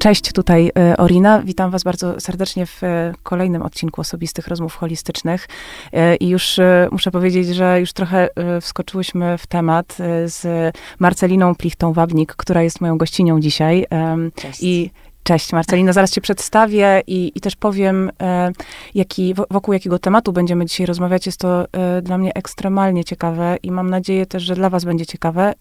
Cześć, tutaj Orina. Witam was bardzo serdecznie w kolejnym odcinku Osobistych Rozmów Holistycznych. I już muszę powiedzieć, że już trochę wskoczyłyśmy w temat z Marceliną Plichtą-Wabnik, która jest moją gościnią dzisiaj. Cześć. Cześć Marcelino, zaraz cię przedstawię i też powiem, wokół jakiego tematu będziemy dzisiaj rozmawiać. Jest to dla mnie ekstremalnie ciekawe i mam nadzieję też, że dla was będzie ciekawe.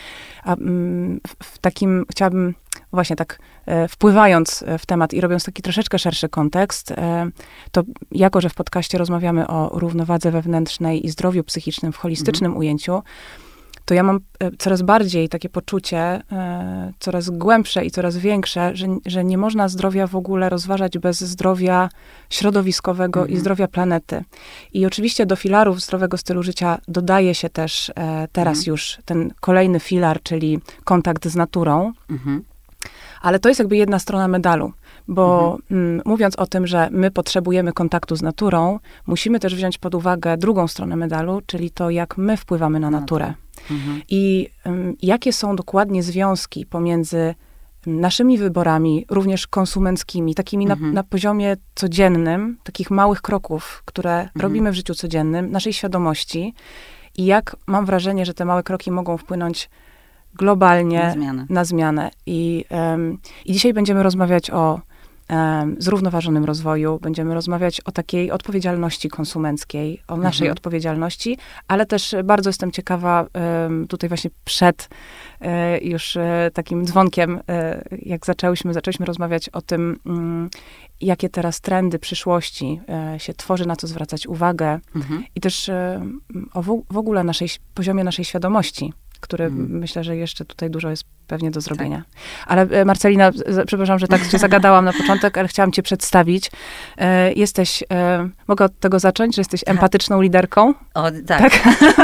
W takim chciałabym właśnie tak wpływając w temat i robiąc taki troszeczkę szerszy kontekst, to jako, że w podcaście rozmawiamy o równowadze wewnętrznej i zdrowiu psychicznym w holistycznym ujęciu, to ja mam coraz bardziej takie poczucie, coraz głębsze i coraz większe, że nie można zdrowia w ogóle rozważać bez zdrowia środowiskowego i zdrowia planety. I oczywiście do filarów zdrowego stylu życia dodaje się też teraz już ten kolejny filar, czyli kontakt z naturą. Ale to jest jakby jedna strona medalu, bo mówiąc o tym, że my potrzebujemy kontaktu z naturą, musimy też wziąć pod uwagę drugą stronę medalu, czyli to, jak my wpływamy na naturę. I jakie są dokładnie związki pomiędzy naszymi wyborami, również konsumenckimi, takimi na poziomie codziennym, takich małych kroków, które robimy w życiu codziennym, naszej świadomości i jak mam wrażenie, że te małe kroki mogą wpłynąć globalnie na zmianę. I dzisiaj będziemy rozmawiać o zrównoważonym rozwoju, będziemy rozmawiać o takiej odpowiedzialności konsumenckiej, o naszej odpowiedzialności, ale też bardzo jestem ciekawa, tutaj właśnie przed już takim dzwonkiem, jak zaczęliśmy rozmawiać o tym, jakie teraz trendy przyszłości się tworzy, na co zwracać uwagę i też w ogóle poziomie naszej świadomości, który myślę, że jeszcze tutaj dużo jest pewnie do zrobienia. Tak. Ale Marcelina, przepraszam, że tak cię zagadałam na początek, ale chciałam cię przedstawić. Jesteś, mogę od tego zacząć, że jesteś empatyczną liderką? Tak.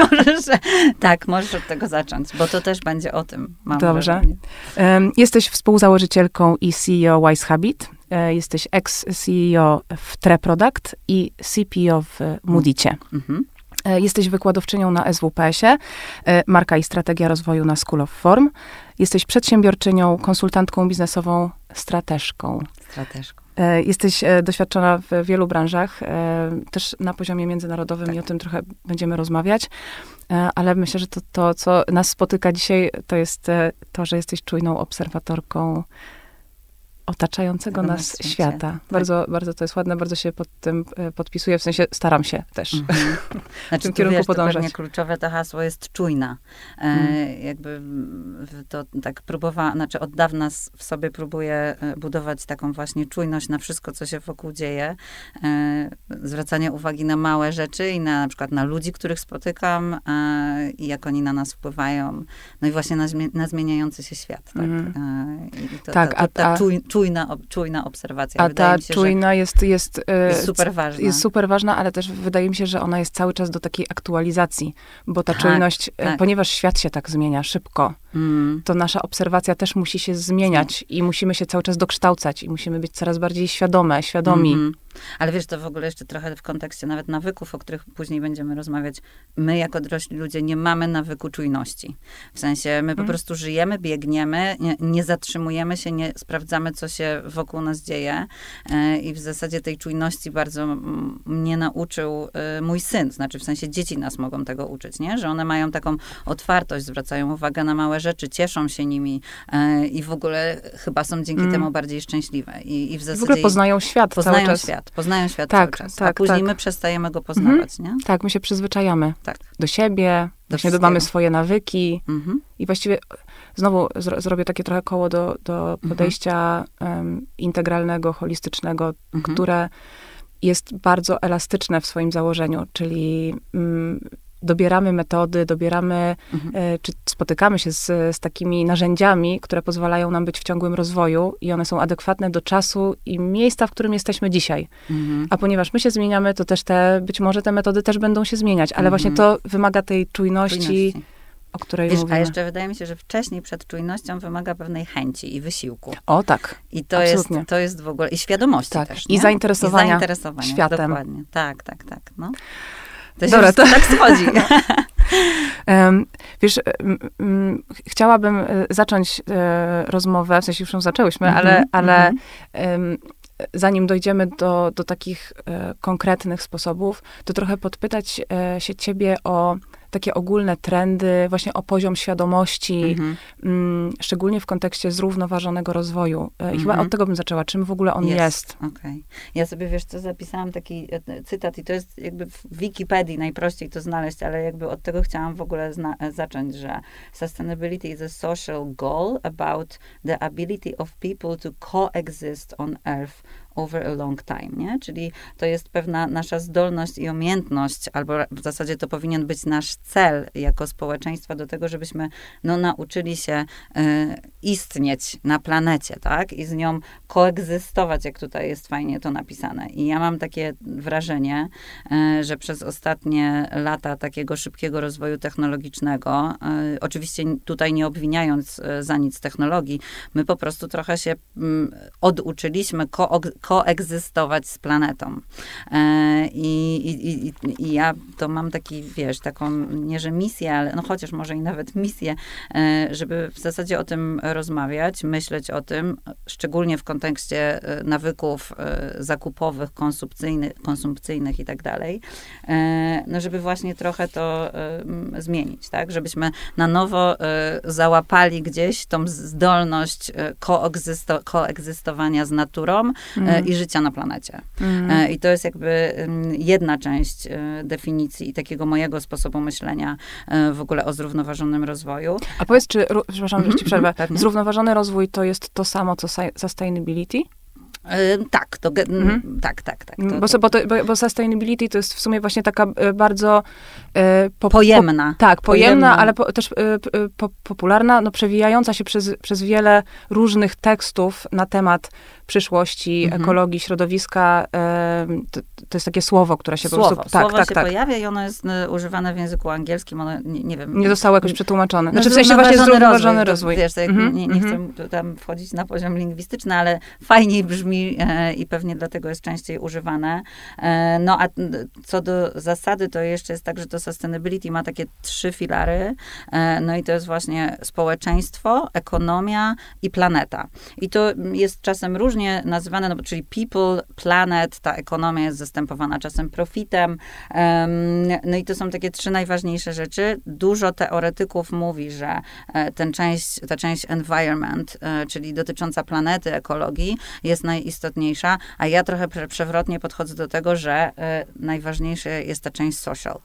Możesz od tego zacząć, bo to też będzie o tym, mam Dobrze. wrażenie. Jesteś współzałożycielką i CEO Wise Habit. Jesteś ex-CEO w Tre Product i CPO w Moodycie. Jesteś wykładowczynią na SWPS-ie, marka i strategia rozwoju na School of Form. Jesteś przedsiębiorczynią, konsultantką biznesową, strateżką. Jesteś doświadczona w wielu branżach, też na poziomie międzynarodowym i o tym trochę będziemy rozmawiać. Ale myślę, że to, co nas spotyka dzisiaj, to jest to, że jesteś czujną obserwatorką otaczającego nas świata. Tak. Bardzo to jest ładne, bardzo się pod tym podpisuję, w sensie staram się też w tym kierunku podążać. To pewnie kluczowe to hasło jest czujna. Jakby to tak od dawna w sobie próbuję budować taką właśnie czujność na wszystko, co się wokół dzieje. Zwracanie uwagi na małe rzeczy i na przykład na ludzi, których spotykam i jak oni na nas wpływają. No i właśnie na zmieniający się świat. Tak? Czujna obserwacja. A ta czujna jest super ważna. Jest super ważna, ale też wydaje mi się, że ona jest cały czas do takiej aktualizacji, bo ta czujność, ponieważ świat się tak zmienia szybko, to nasza obserwacja też musi się zmieniać i musimy się cały czas dokształcać i musimy być coraz bardziej świadomi. Ale wiesz, to w ogóle jeszcze trochę w kontekście nawet nawyków, o których później będziemy rozmawiać. My jako dorośli ludzie nie mamy nawyku czujności. W sensie my po prostu żyjemy, biegniemy, nie zatrzymujemy się, nie sprawdzamy, co się wokół nas dzieje. I w zasadzie tej czujności bardzo mnie nauczył mój syn. Znaczy w sensie dzieci nas mogą tego uczyć, nie? Że one mają taką otwartość, zwracają uwagę na małe rzeczy, cieszą się nimi i w ogóle chyba są dzięki temu bardziej szczęśliwe. I w zasadzie w ogóle poznają świat cały czas. Poznają świat cały czas. A później my przestajemy go poznawać, nie? Tak, my się przyzwyczajamy do siebie, właśnie mamy swoje nawyki i właściwie znowu zrobię takie trochę koło do podejścia integralnego, holistycznego, które jest bardzo elastyczne w swoim założeniu, czyli dobieramy metody, czy spotykamy się z takimi narzędziami, które pozwalają nam być w ciągłym rozwoju i one są adekwatne do czasu i miejsca, w którym jesteśmy dzisiaj. A ponieważ my się zmieniamy, to też być może te metody też będą się zmieniać, ale właśnie to wymaga tej czujności. O której mówimy. A jeszcze wydaje mi się, że wcześniej przed czujnością wymaga pewnej chęci i wysiłku. O tak, I to jest w ogóle, i świadomości też, nie? I zainteresowania światem. Dokładnie. Tak. No. To się tak schodzi. Wiesz, chciałabym zacząć rozmowę, w sensie już ją zaczęłyśmy, ale zanim dojdziemy do takich konkretnych sposobów, to trochę podpytać się ciebie o takie ogólne trendy, właśnie o poziom świadomości, szczególnie w kontekście zrównoważonego rozwoju. I chyba od tego bym zaczęła. Czym w ogóle on jest? Okej. Ja sobie, wiesz co, zapisałam taki cytat i to jest jakby w Wikipedii najprościej to znaleźć, ale jakby od tego chciałam w ogóle zacząć, że sustainability is a social goal about the ability of people to coexist on Earth over a long time, nie? Czyli to jest pewna nasza zdolność i umiejętność, albo w zasadzie to powinien być nasz cel jako społeczeństwa do tego, żebyśmy nauczyli się istnieć na planecie, tak? I z nią koegzystować, jak tutaj jest fajnie to napisane. I ja mam takie wrażenie, że przez ostatnie lata takiego szybkiego rozwoju technologicznego, oczywiście tutaj nie obwiniając za nic technologii, my po prostu trochę się oduczyliśmy koegzystować z planetą. I ja to mam taki, wiesz, taką, nie że misję, ale chociaż może i nawet misję, żeby w zasadzie o tym rozmawiać, myśleć o tym, szczególnie w kontekście nawyków zakupowych, konsumpcyjnych i tak dalej, żeby właśnie trochę to zmienić, tak? Żebyśmy na nowo załapali gdzieś tą zdolność koegzystowania z naturą i życia na planecie. I to jest jakby jedna część definicji i takiego mojego sposobu myślenia w ogóle o zrównoważonym rozwoju. A powiedz, czy, przepraszam, że ci przerwę, zrównoważony rozwój to jest to samo, co sustainability? Tak, tak. Bo sustainability to jest w sumie właśnie taka bardzo pojemna. Pojemna, ale też popularna, przewijająca się przez wiele różnych tekstów na temat przyszłości, ekologii, środowiska. To jest takie słowo, które się po prostu... Słowo się pojawia i ono jest używane w języku angielskim. Ono, nie wiem... Nie zostało jakoś przetłumaczone. Znaczy w sensie właśnie zrównoważony rozwój. Wiesz, nie chcę tam wchodzić na poziom lingwistyczny, ale fajniej brzmi i pewnie dlatego jest częściej używane. No a co do zasady, to jeszcze jest tak, że to sustainability ma takie 3 filary. No i to jest właśnie społeczeństwo, ekonomia i planeta. I to jest czasem różnie nazywane, czyli people, planet, ta ekonomia jest zastępowana czasem profitem. No i to są takie 3 najważniejsze rzeczy. Dużo teoretyków mówi, że ta część environment, czyli dotycząca planety, ekologii, jest najistotniejsza, a ja trochę przewrotnie podchodzę do tego, że najważniejsza jest ta część social.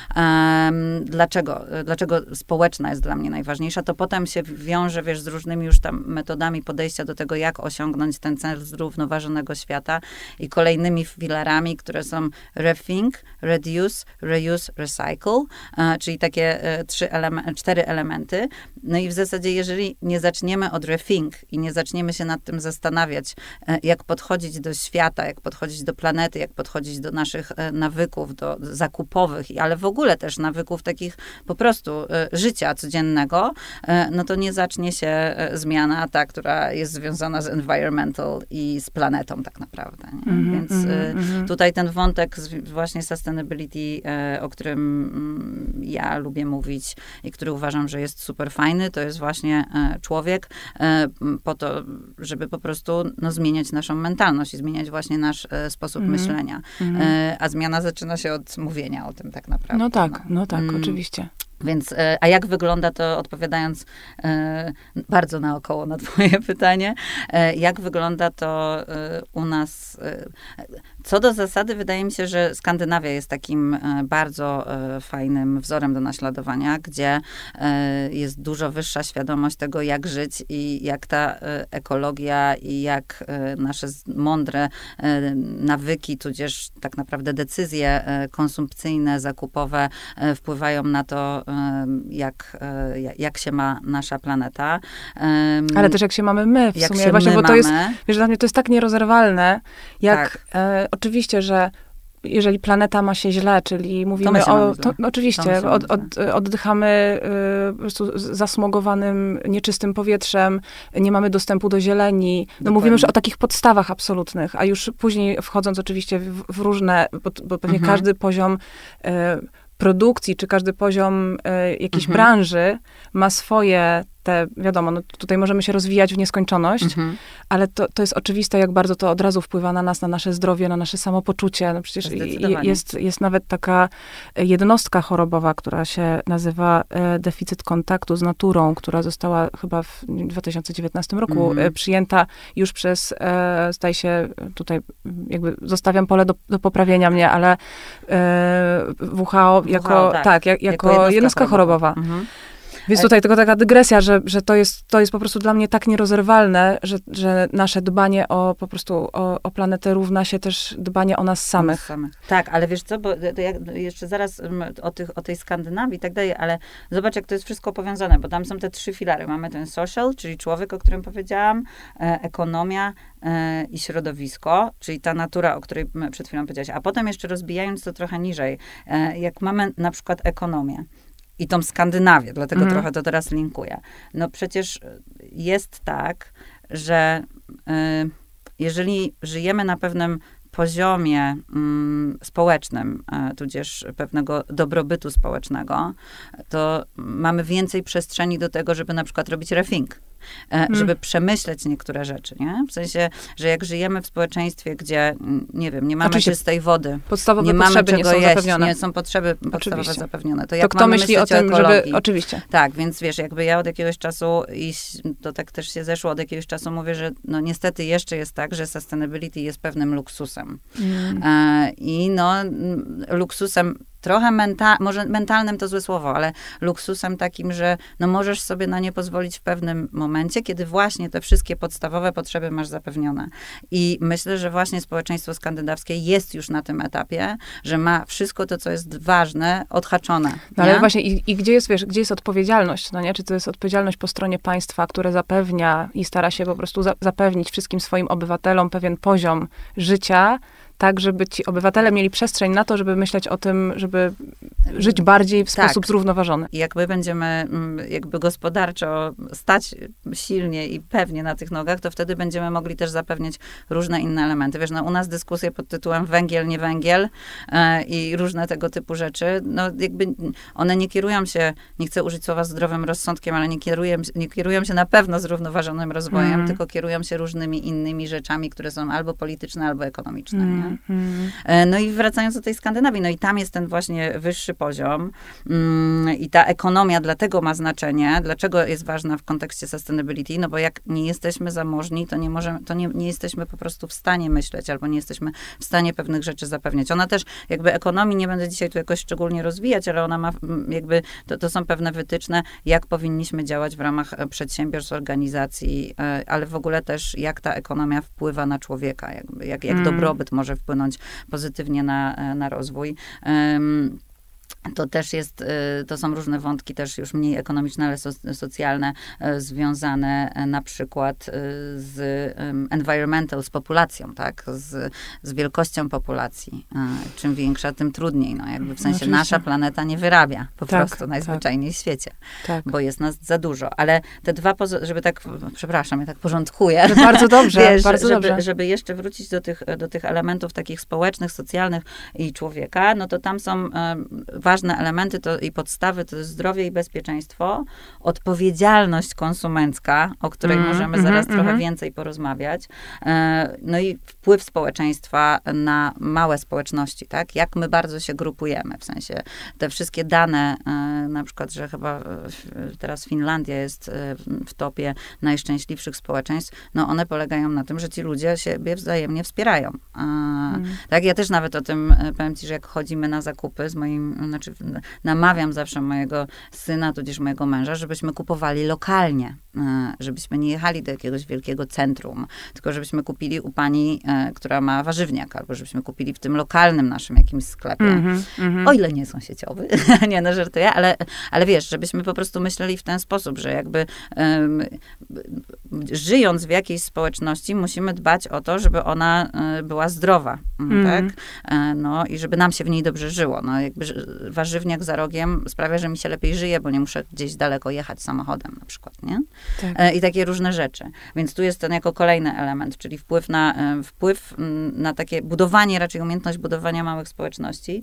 Dlaczego społeczna jest dla mnie najważniejsza? To potem się wiąże, wiesz, z różnymi już tam metodami podejścia do tego, jak osiągnąć ten cel zrównoważonego świata i kolejnymi filarami, które są rethink, reduce, reuse, recycle, czyli takie 4 elementy. No i w zasadzie, jeżeli nie zaczniemy od rethink i nie zaczniemy się nad tym zastanawiać, jak podchodzić do świata, jak podchodzić do planety, jak podchodzić do naszych nawyków, do zakupowych, ale w ogóle też nawyków takich po prostu życia codziennego, no to nie zacznie się zmiana ta, która jest związana z environmental i z planetą tak naprawdę. Więc tutaj ten wątek właśnie sustainability, o którym ja lubię mówić i który uważam, że jest super fajny, to jest właśnie człowiek po to, żeby po prostu zmieniać naszą mentalność i zmieniać właśnie nasz sposób myślenia. A zmiana zaczyna się od mówienia o tym tak naprawdę. No tak, oczywiście. Więc, a jak wygląda to, odpowiadając bardzo naokoło na twoje pytanie, jak wygląda to u nas? Co do zasady, wydaje mi się, że Skandynawia jest takim bardzo fajnym wzorem do naśladowania, gdzie jest dużo wyższa świadomość tego, jak żyć i jak ta ekologia i jak nasze mądre nawyki, tudzież tak naprawdę decyzje konsumpcyjne, zakupowe wpływają na to, jak się ma nasza planeta. Ale też jak się mamy my w sumie. Właśnie, bo to jest, wiesz, dla mnie to jest tak nierozerwalne, jak oczywiście, że jeżeli planeta ma się źle, czyli mówimy oczywiście, oddychamy po prostu zasmogowanym, nieczystym powietrzem, nie mamy dostępu do zieleni. No mówimy już o takich podstawach absolutnych, a już później wchodząc oczywiście w różne, bo pewnie każdy poziom produkcji, czy każdy poziom jakiejś branży ma swoje wiadomo, no tutaj możemy się rozwijać w nieskończoność, ale to jest oczywiste, jak bardzo to od razu wpływa na nas, na nasze zdrowie, na nasze samopoczucie. No przecież jest nawet taka jednostka chorobowa, która się nazywa deficyt kontaktu z naturą, która została chyba w 2019 roku przyjęta już przez, zdaje się, tutaj jakby zostawiam pole do poprawienia mnie, ale WHO jako jednostka chorobowa. Więc tutaj tylko taka dygresja, że to jest po prostu dla mnie tak nierozerwalne, że nasze dbanie po prostu o planetę równa się też dbanie o nas samych. Tak, ale wiesz co, bo ja jeszcze zaraz o tej Skandynawii i tak dalej, ale zobacz, jak to jest wszystko powiązane, bo tam są te 3 filary. Mamy ten social, czyli człowiek, o którym powiedziałam, ekonomia i środowisko, czyli ta natura, o której przed chwilą powiedziałaś. A potem jeszcze rozbijając to trochę niżej, jak mamy na przykład ekonomię, i tą Skandynawię, dlatego trochę to teraz linkuję. No przecież jest tak, że jeżeli żyjemy na pewnym poziomie społecznym, tudzież pewnego dobrobytu społecznego, to mamy więcej przestrzeni do tego, żeby na przykład robić rethink. Żeby przemyśleć niektóre rzeczy, nie? W sensie, że jak żyjemy w społeczeństwie, gdzie, nie wiem, nie mamy czystej wody, podstawowe nie mamy czego nie są jeść, zapewnione. Nie są potrzeby podstawowe zapewnione. To jak kto myśli o tym, żeby... Oczywiście. Tak, więc wiesz, jakby ja od jakiegoś czasu, i to tak też się zeszło, od jakiegoś czasu mówię, że no niestety jeszcze jest tak, że sustainability jest pewnym luksusem. I no, luksusem trochę może mentalnym to złe słowo, ale luksusem takim, że no możesz sobie na nie pozwolić w pewnym momencie, kiedy właśnie te wszystkie podstawowe potrzeby masz zapewnione. I myślę, że właśnie społeczeństwo skandynawskie jest już na tym etapie, że ma wszystko to, co jest ważne, odhaczone. No ale właśnie i gdzie jest, wiesz, gdzie jest odpowiedzialność, no nie? Czy to jest odpowiedzialność po stronie państwa, które zapewnia i stara się po prostu zapewnić wszystkim swoim obywatelom pewien poziom życia, tak, żeby ci obywatele mieli przestrzeń na to, żeby myśleć o tym, żeby żyć bardziej w sposób zrównoważony. I jak my będziemy jakby gospodarczo stać silnie i pewnie na tych nogach, to wtedy będziemy mogli też zapewniać różne inne elementy. Wiesz, no u nas dyskusje pod tytułem węgiel, nie węgiel i różne tego typu rzeczy, no jakby one nie kierują się, nie chcę użyć słowa zdrowym rozsądkiem, ale nie kierują się na pewno zrównoważonym rozwojem, tylko kierują się różnymi innymi rzeczami, które są albo polityczne, albo ekonomiczne, nie? No i wracając do tej Skandynawii, no i tam jest ten właśnie wyższy poziom i ta ekonomia dlatego ma znaczenie, dlaczego jest ważna w kontekście sustainability, no bo jak nie jesteśmy zamożni, to nie jesteśmy po prostu w stanie myśleć, albo nie jesteśmy w stanie pewnych rzeczy zapewniać. Ona też, jakby ekonomii nie będę dzisiaj tu jakoś szczególnie rozwijać, ale ona ma jakby, to są pewne wytyczne, jak powinniśmy działać w ramach przedsiębiorstw, organizacji, ale w ogóle też jak ta ekonomia wpływa na człowieka, jak dobrobyt może wpłynąć pozytywnie na rozwój. To też jest, to są różne wątki też już mniej ekonomiczne, ale socjalne, związane na przykład z environmental, z populacją, tak? Z wielkością populacji. Czym większa, tym trudniej. No, jakby w sensie nasza planeta nie wyrabia po prostu najzwyczajniej w świecie, bo jest nas za dużo. Ale te dwa, żeby tak, przepraszam, ja tak porządkuję. Bardzo dobrze, wiesz, dobrze. Żeby jeszcze wrócić do tych elementów takich społecznych, socjalnych i człowieka, no to tam są ważne elementy i podstawy to jest zdrowie i bezpieczeństwo, odpowiedzialność konsumencka, o której możemy zaraz trochę więcej porozmawiać, no i wpływ społeczeństwa na małe społeczności, tak? Jak my bardzo się grupujemy, w sensie te wszystkie dane, na przykład, że chyba teraz Finlandia jest w topie najszczęśliwszych społeczeństw, no one polegają na tym, że ci ludzie siebie wzajemnie wspierają. Tak, ja też nawet o tym powiem ci, że jak chodzimy na zakupy z moim, namawiam zawsze mojego syna, tudzież mojego męża, żebyśmy kupowali lokalnie, żebyśmy nie jechali do jakiegoś wielkiego centrum, tylko żebyśmy kupili u pani, która ma warzywniak, albo żebyśmy kupili w tym lokalnym naszym jakimś sklepie. O ile nie są sieciowy. Nie, no żartuję, ale wiesz, żebyśmy po prostu myśleli w ten sposób, że jakby żyjąc w jakiejś społeczności, musimy dbać o to, żeby ona była zdrowa, tak? No i żeby nam się w niej dobrze żyło. No jakby warzywniak za rogiem sprawia, że mi się lepiej żyje, bo nie muszę gdzieś daleko jechać samochodem na przykład, nie? Tak. I takie różne rzeczy. Więc tu jest ten jako kolejny element, czyli wpływ na takie budowanie, raczej umiejętność budowania małych społeczności.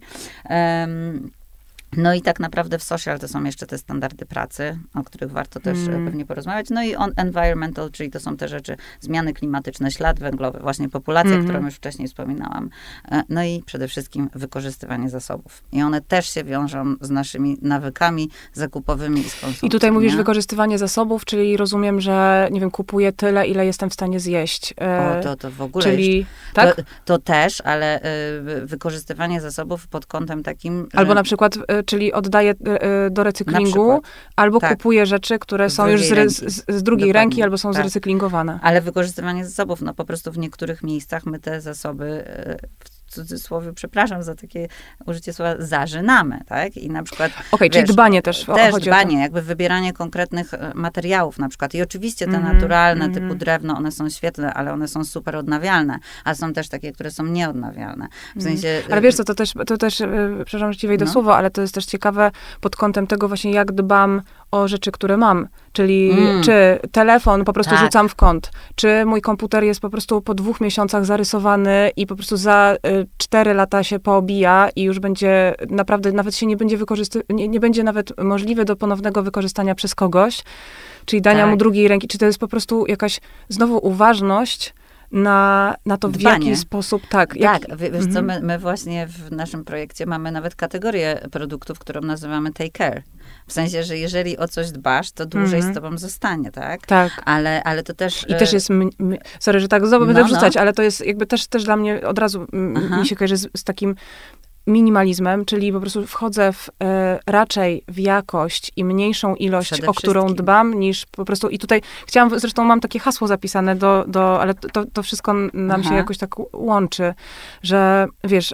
No i tak naprawdę w social to są jeszcze te standardy pracy, o których warto też pewnie porozmawiać. No i environmental, czyli to są te rzeczy, zmiany klimatyczne, ślad węglowy, właśnie populacja, którą już wcześniej wspominałam. No i przede wszystkim wykorzystywanie zasobów. I one też się wiążą z naszymi nawykami zakupowymi i z konsumpcją. I tutaj mówisz wykorzystywanie zasobów, czyli rozumiem, że nie wiem, kupuję tyle, ile jestem w stanie zjeść. To w ogóle czyli, tak? to też, ale wykorzystywanie zasobów pod kątem takim, albo na przykład czyli oddaję do recyklingu, albo kupuję rzeczy, które są już z drugiej ręki, albo są zrecyklingowane. Ale wykorzystywanie zasobów, no po prostu w niektórych miejscach my te zasoby, w cudzysłowie, przepraszam za takie użycie słowa, zażynamy, tak? I na przykład... Okej, czyli dbanie też. Też dbanie, jakby wybieranie konkretnych materiałów na przykład. I oczywiście te naturalne, typu drewno, one są świetne, ale one są super odnawialne, a są też takie, które są nieodnawialne. W sensie... Ale wiesz co, to też przepraszam, że ci wejdę słowo, ale to jest też ciekawe pod kątem tego właśnie, jak dbam o rzeczy, które mam. Czyli czy telefon po prostu rzucam w kąt, czy mój komputer jest po prostu po 2 miesiącach zarysowany i po prostu za 4 lata się poobija i już będzie naprawdę, nawet się nie będzie nie będzie nawet możliwe do ponownego wykorzystania przez kogoś, czyli dania mu drugiej ręki, czy to jest po prostu jakaś znowu uważność na to, w jaki sposób, wiesz co, my właśnie w naszym projekcie mamy nawet kategorię produktów, którą nazywamy take care. W sensie, że jeżeli o coś dbasz, to dłużej z tobą zostanie, tak? Tak. Ale to też... I też jest, sorry, że tak znowu będę wrzucać, ale to jest jakby też dla mnie od razu mi się kojarzy z takim minimalizmem, czyli po prostu wchodzę raczej w jakość i mniejszą ilość, o którą dbam, niż po prostu... I tutaj zresztą mam takie hasło zapisane ale to wszystko nam się jakoś tak łączy, że wiesz...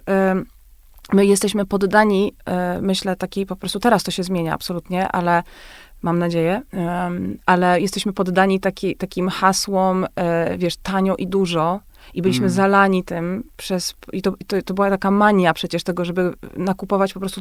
My jesteśmy poddani, myślę, takiej po prostu, teraz to się zmienia absolutnie, ale mam nadzieję, ale jesteśmy poddani takim hasłom, wiesz, tanio i dużo. I byliśmy zalani tym i to była taka mania przecież tego, żeby nakupować po prostu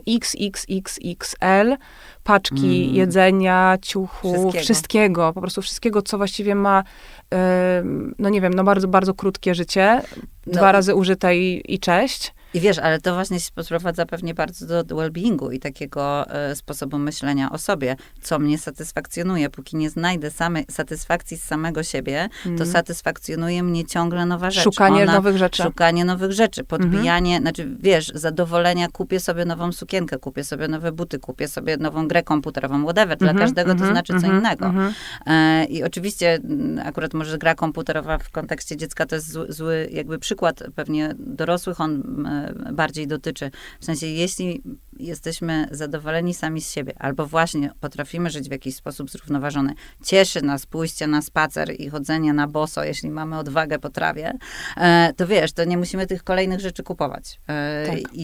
XXXL paczki jedzenia, ciuchu, wszystkiego. Po prostu wszystkiego, co właściwie ma, no nie wiem, no bardzo, bardzo krótkie życie. 2 razy użyte i cześć. I wiesz, ale to właśnie się sprowadza pewnie bardzo do well-beingu i takiego sposobu myślenia o sobie, co mnie satysfakcjonuje. Póki nie znajdę satysfakcji z samego siebie, to satysfakcjonuje mnie ciągle nowa rzecz. Szukanie nowych rzeczy. Podbijanie, znaczy wiesz, zadowolenia, kupię sobie nową sukienkę, kupię sobie nowe buty, kupię sobie nową grę komputerową, whatever. Dla każdego to znaczy co innego. I oczywiście akurat może gra komputerowa w kontekście dziecka to jest zły jakby przykład. Pewnie dorosłych on bardziej dotyczy. W sensie, jeśli jesteśmy zadowoleni sami z siebie, albo właśnie potrafimy żyć w jakiś sposób zrównoważony, cieszy nas pójście na spacer i chodzenie na boso, jeśli mamy odwagę po trawie, to wiesz, to nie musimy tych kolejnych rzeczy kupować. I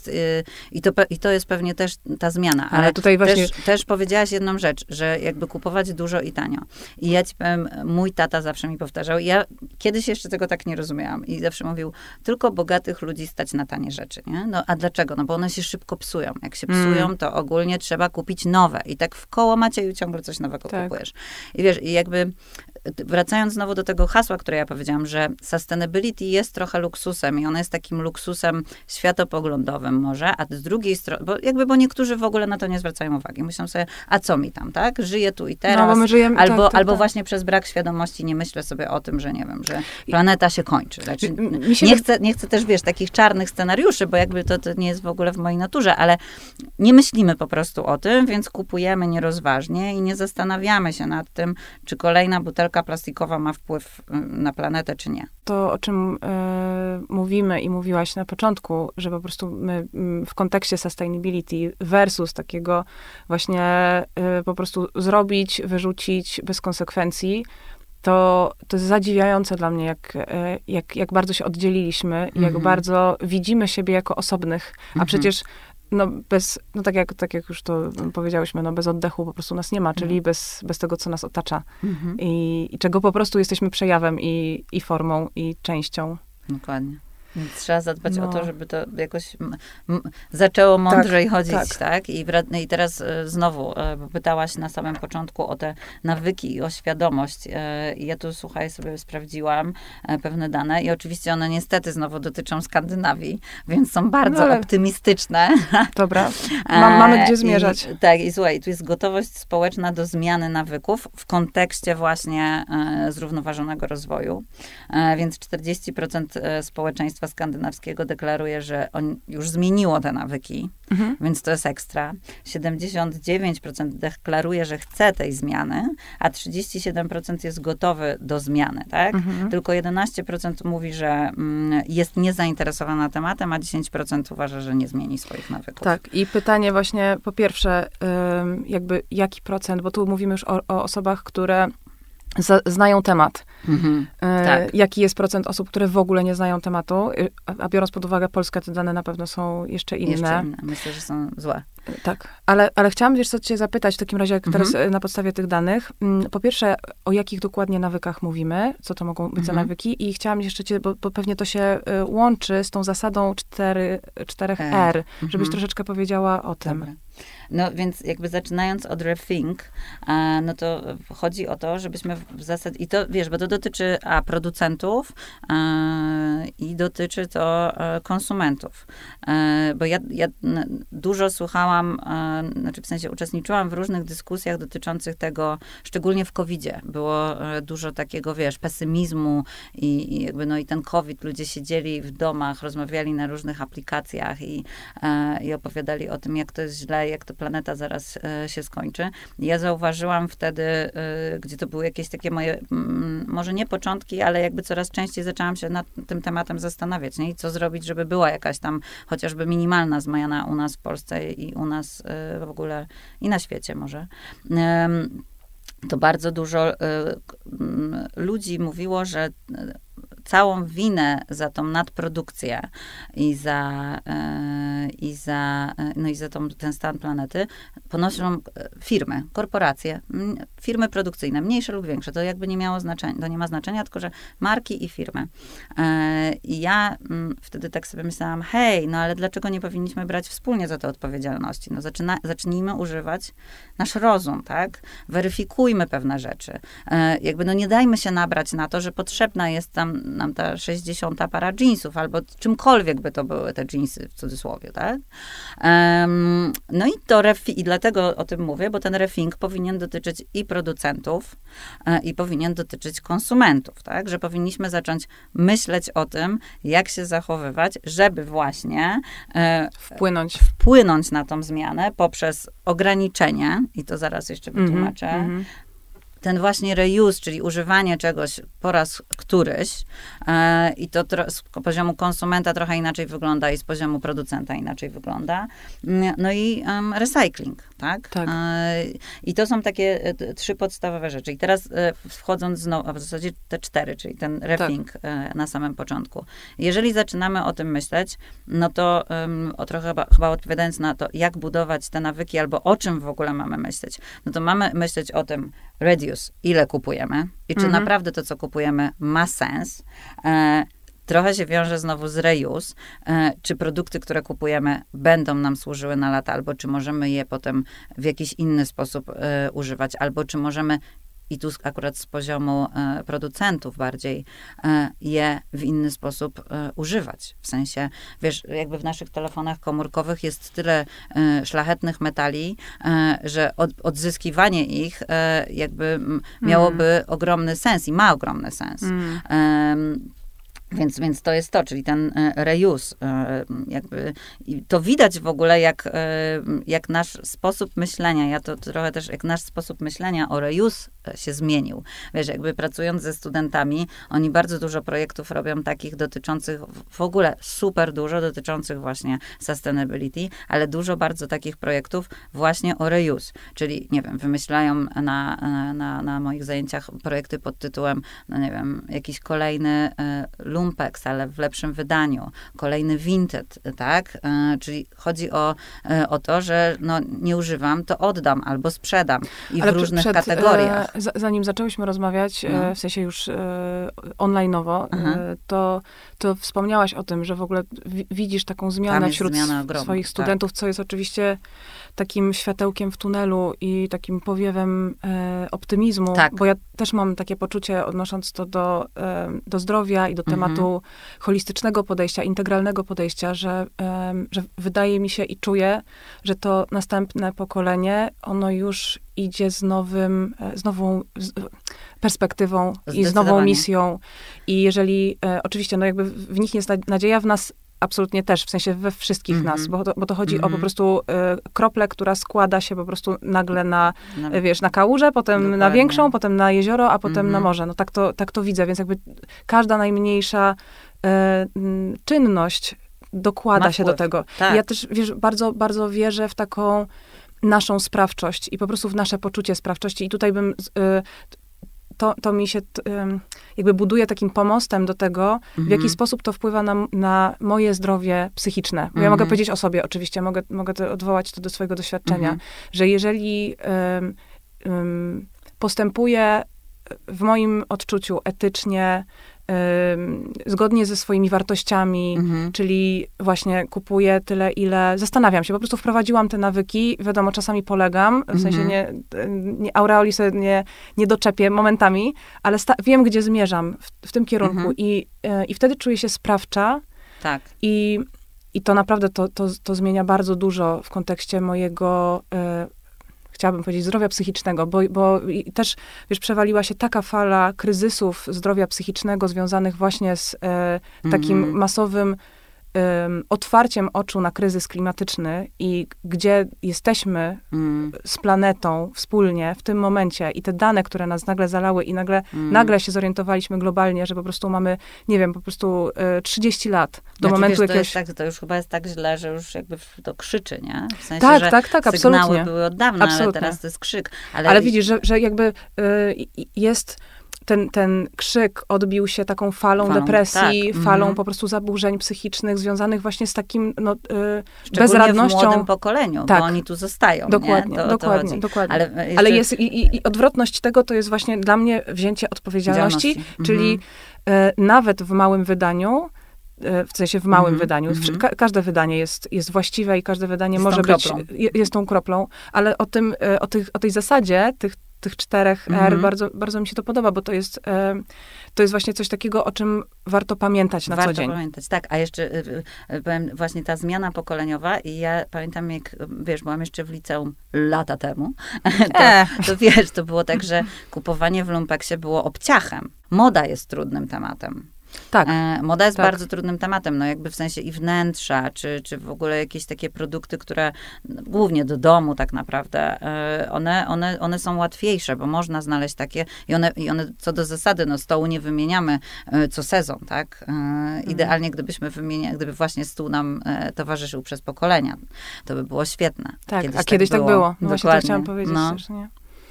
to jest pewnie też ta zmiana. Ale tutaj właśnie... też powiedziałaś jedną rzecz, że jakby kupować dużo i tanio. I ja ci powiem, mój tata zawsze mi powtarzał, ja kiedyś jeszcze tego tak nie rozumiałam i zawsze mówił, tylko bogatych ludzi stać na tanie rzeczy, nie? No, a dlaczego? No bo one się szybko psują. Jak się psują, to ogólnie trzeba kupić nowe. I tak w koło Macieju ciągle coś nowego kupujesz. I wiesz, i jakby wracając znowu do tego hasła, które ja powiedziałam, że sustainability jest trochę luksusem i ono jest takim luksusem światopoglądowym może, a z drugiej strony, bo niektórzy w ogóle na to nie zwracają uwagi. Myślą sobie, a co mi tam, tak? Żyję tu i teraz. No, bo my żyjemy, albo właśnie przez brak świadomości nie myślę sobie o tym, że nie wiem, że planeta się kończy. Znaczy, nie chcę też, wiesz, takich czarnych scenariuszy, bo jakby to nie jest w ogóle w mojej naturze, ale nie myślimy po prostu o tym, więc kupujemy nierozważnie i nie zastanawiamy się nad tym, czy kolejna butelka plastikowa ma wpływ na planetę, czy nie. To, o czym mówimy i mówiłaś na początku, że po prostu my w kontekście sustainability versus takiego właśnie po prostu zrobić, wyrzucić bez konsekwencji, to jest zadziwiające dla mnie, jak bardzo się oddzieliliśmy i jak bardzo widzimy siebie jako osobnych. A przecież tak jak już to powiedziałyśmy, bez oddechu po prostu nas nie ma, czyli bez tego, co nas otacza. I czego po prostu jesteśmy przejawem i formą, i częścią. Dokładnie. Więc trzeba zadbać o to, żeby to jakoś zaczęło mądrzej chodzić, tak? I teraz znowu, bo pytałaś na samym początku o te nawyki i o świadomość. I ja tu, słuchaj, sobie sprawdziłam pewne dane i oczywiście one niestety znowu dotyczą Skandynawii, więc są bardzo optymistyczne. Dobra, mamy gdzie zmierzać. I słuchaj, tu jest gotowość społeczna do zmiany nawyków w kontekście właśnie zrównoważonego rozwoju. Więc 40% społeczeństwa skandynawskiego deklaruje, że on już zmieniło te nawyki, więc to jest ekstra. 79% deklaruje, że chce tej zmiany, a 37% jest gotowy do zmiany, tak? Tylko 11% mówi, że jest niezainteresowana tematem, a 10% uważa, że nie zmieni swoich nawyków. Tak, i pytanie właśnie, po pierwsze, jakby jaki procent, bo tu mówimy już o osobach, które znają temat. Tak. Jaki jest procent osób, które w ogóle nie znają tematu? A biorąc pod uwagę Polskę, te dane na pewno są jeszcze inne. Myślę, że są złe. Tak, ale chciałam wiesz co cię zapytać w takim razie, jak teraz na podstawie tych danych. Po pierwsze, o jakich dokładnie nawykach mówimy? Co to mogą być za nawyki? I chciałam jeszcze cię, bo pewnie to się łączy z tą zasadą 4 R, żebyś troszeczkę powiedziała o tym. Dobra. No więc jakby zaczynając od rethink, no to chodzi o to, żebyśmy w zasadzie, i to wiesz, bo to dotyczy producentów i dotyczy to konsumentów. Bo ja dużo słuchałam, znaczy w sensie uczestniczyłam w różnych dyskusjach dotyczących tego, szczególnie w COVID-zie. Było dużo takiego, wiesz, pesymizmu i jakby, i ten COVID, ludzie siedzieli w domach, rozmawiali na różnych aplikacjach i opowiadali o tym, jak to jest źle, jak to planeta zaraz się skończy. Ja zauważyłam wtedy, gdzie to były jakieś takie moje, może nie początki, ale jakby coraz częściej zaczęłam się nad tym tematem zastanawiać, nie? I co zrobić, żeby była jakaś tam chociażby minimalna zmiana u nas w Polsce i u nas w ogóle i na świecie może. To bardzo dużo ludzi mówiło, że całą winę za tą nadprodukcję i za ten stan planety ponoszą firmy, korporacje, firmy produkcyjne, mniejsze lub większe. To jakby nie miało znaczenia, to nie ma znaczenia, tylko że marki i firmy. I ja wtedy tak sobie myślałam, hej, no ale dlaczego nie powinniśmy brać wspólnie za to odpowiedzialności? No zacznijmy używać nasz rozum, tak? Weryfikujmy pewne rzeczy. Jakby nie dajmy się nabrać na to, że potrzebna jest nam ta 60 para dżinsów, albo czymkolwiek by to były te dżinsy, w cudzysłowie, tak? No i dlatego o tym mówię, bo ten rethink powinien dotyczyć i producentów, i powinien dotyczyć konsumentów, tak? Że powinniśmy zacząć myśleć o tym, jak się zachowywać, żeby właśnie wpłynąć na tą zmianę poprzez ograniczenie, i to zaraz jeszcze wytłumaczę, ten właśnie reuse, czyli używanie czegoś po raz któryś, i to z poziomu konsumenta trochę inaczej wygląda i z poziomu producenta inaczej wygląda. No i recycling, tak? I to są takie 3 podstawowe rzeczy. I teraz wchodząc znowu, a w zasadzie te 4, czyli ten rethink na samym początku. Jeżeli zaczynamy o tym myśleć, no to trochę chyba odpowiadając na to, jak budować te nawyki, albo o czym w ogóle mamy myśleć, no to mamy myśleć o tym reduce, ile kupujemy i czy naprawdę to, co kupujemy, ma sens. Trochę się wiąże znowu z reuse, czy produkty, które kupujemy, będą nam służyły na lata, albo czy możemy je potem w jakiś inny sposób używać, albo czy możemy, i tu akurat z poziomu producentów bardziej, je w inny sposób używać. W sensie, wiesz, jakby w naszych telefonach komórkowych jest tyle szlachetnych metali, że odzyskiwanie ich jakby miałoby ogromny sens i ma ogromny sens. Więc to jest to, czyli ten reuse, jakby to widać w ogóle, jak nasz sposób myślenia, ja to trochę też, jak nasz sposób myślenia o reuse się zmienił. Wiesz, jakby pracując ze studentami, oni bardzo dużo projektów robią takich dotyczących, w ogóle super dużo dotyczących właśnie sustainability, ale dużo bardzo takich projektów właśnie o reuse, czyli, nie wiem, wymyślają na moich zajęciach projekty pod tytułem, no nie wiem, jakiś kolejny lumpex, ale w lepszym wydaniu, kolejny vinted, tak? Czyli chodzi o to, że no, nie używam, to oddam albo sprzedam i ale w różnych kategoriach. Zanim zaczęłyśmy rozmawiać, w sensie już online'owo, to wspomniałaś o tym, że w ogóle widzisz taką zmianę wśród swoich studentów, co jest oczywiście takim światełkiem w tunelu i takim powiewem optymizmu, bo ja też mam takie poczucie, odnosząc to do zdrowia i do tematu holistycznego podejścia, integralnego podejścia, że wydaje mi się i czuję, że to następne pokolenie, ono już idzie z nową perspektywą i z nową misją. I jeżeli, oczywiście, no jakby w nich jest nadzieja, w nas absolutnie też, w sensie we wszystkich nas, bo to chodzi o po prostu kroplę, która składa się po prostu nagle na kałużę, potem na większą, potem na jezioro, a potem na morze. No tak to widzę, więc jakby każda najmniejsza czynność dokłada się do tego. Tak. Ja też, bardzo, bardzo wierzę w taką naszą sprawczość i po prostu w nasze poczucie sprawczości. I tutaj bym... To mi się jakby buduje takim pomostem do tego, w jaki sposób to wpływa na moje zdrowie psychiczne. Bo ja mogę powiedzieć o sobie, oczywiście, mogę odwołać to do swojego doświadczenia, że jeżeli postępuję w moim odczuciu etycznie, zgodnie ze swoimi wartościami, czyli właśnie kupuję tyle, ile... Zastanawiam się, po prostu wprowadziłam te nawyki, wiadomo, czasami polegam, w sensie nie aureoli sobie nie doczepię momentami, ale wiem, gdzie zmierzam w tym kierunku i wtedy czuję się sprawcza. Tak. I to naprawdę to zmienia bardzo dużo w kontekście mojego... chciałabym powiedzieć, zdrowia psychicznego, bo też, przewaliła się taka fala kryzysów zdrowia psychicznego związanych właśnie z takim masowym otwarciem oczu na kryzys klimatyczny i gdzie jesteśmy z planetą wspólnie w tym momencie i te dane, które nas nagle zalały i nagle się zorientowaliśmy globalnie, że po prostu mamy, nie wiem, po prostu 30 lat do momentu jakiegoś... To już chyba jest tak źle, że już jakby to krzyczy, nie? W sensie, tak, że tak, sygnały absolutnie. były od dawna, absolutnie. Ale teraz to jest krzyk. Ale widzisz, że jakby jest... Ten krzyk odbił się taką falą depresji, falą po prostu zaburzeń psychicznych związanych właśnie z takim bezradnością. W młodym pokoleniu, bo oni tu zostają. Dokładnie, nie? dokładnie. Ale jest i odwrotność tego to jest właśnie dla mnie wzięcie odpowiedzialności, czyli nawet w małym wydaniu, w sensie w małym wydaniu. Każde wydanie jest właściwe i każde wydanie może być, jest tą kroplą, ale o tej zasadzie, tych 4 R, bardzo, bardzo mi się to podoba, bo to jest właśnie coś takiego, o czym warto pamiętać na co dzień. Warto pamiętać, tak. A jeszcze powiem, właśnie ta zmiana pokoleniowa i ja pamiętam, jak, byłam jeszcze w liceum lata temu, to było tak, że kupowanie w lumpeksie było obciachem. Moda jest trudnym tematem. Tak. Moda jest bardzo trudnym tematem, no jakby w sensie i wnętrza, czy w ogóle jakieś takie produkty, które głównie do domu tak naprawdę, one są łatwiejsze, bo można znaleźć takie i one co do zasady, no stołu nie wymieniamy co sezon, tak? Idealnie gdyby właśnie stół nam towarzyszył przez pokolenia, to by było świetne. Tak, kiedyś tak było. No właśnie to chciałam powiedzieć też, nie?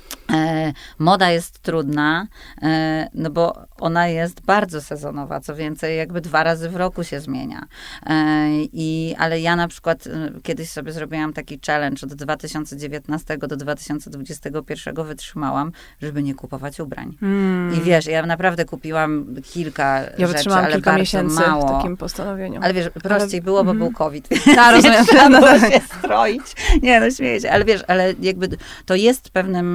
Moda jest trudna, no bo ona jest bardzo sezonowa, co więcej, jakby 2 razy w roku się zmienia. Ale ja na przykład kiedyś sobie zrobiłam taki challenge od 2019 do 2021 wytrzymałam, żeby nie kupować ubrań. I ja naprawdę kupiłam kilka rzeczy, ale kilka bardzo miesięcy mało. w takim postanowieniu. Ale prościej było, bo był COVID. Rozumiem. Trzeba się stroić. Nie, no śmieję się. Ale jakby to jest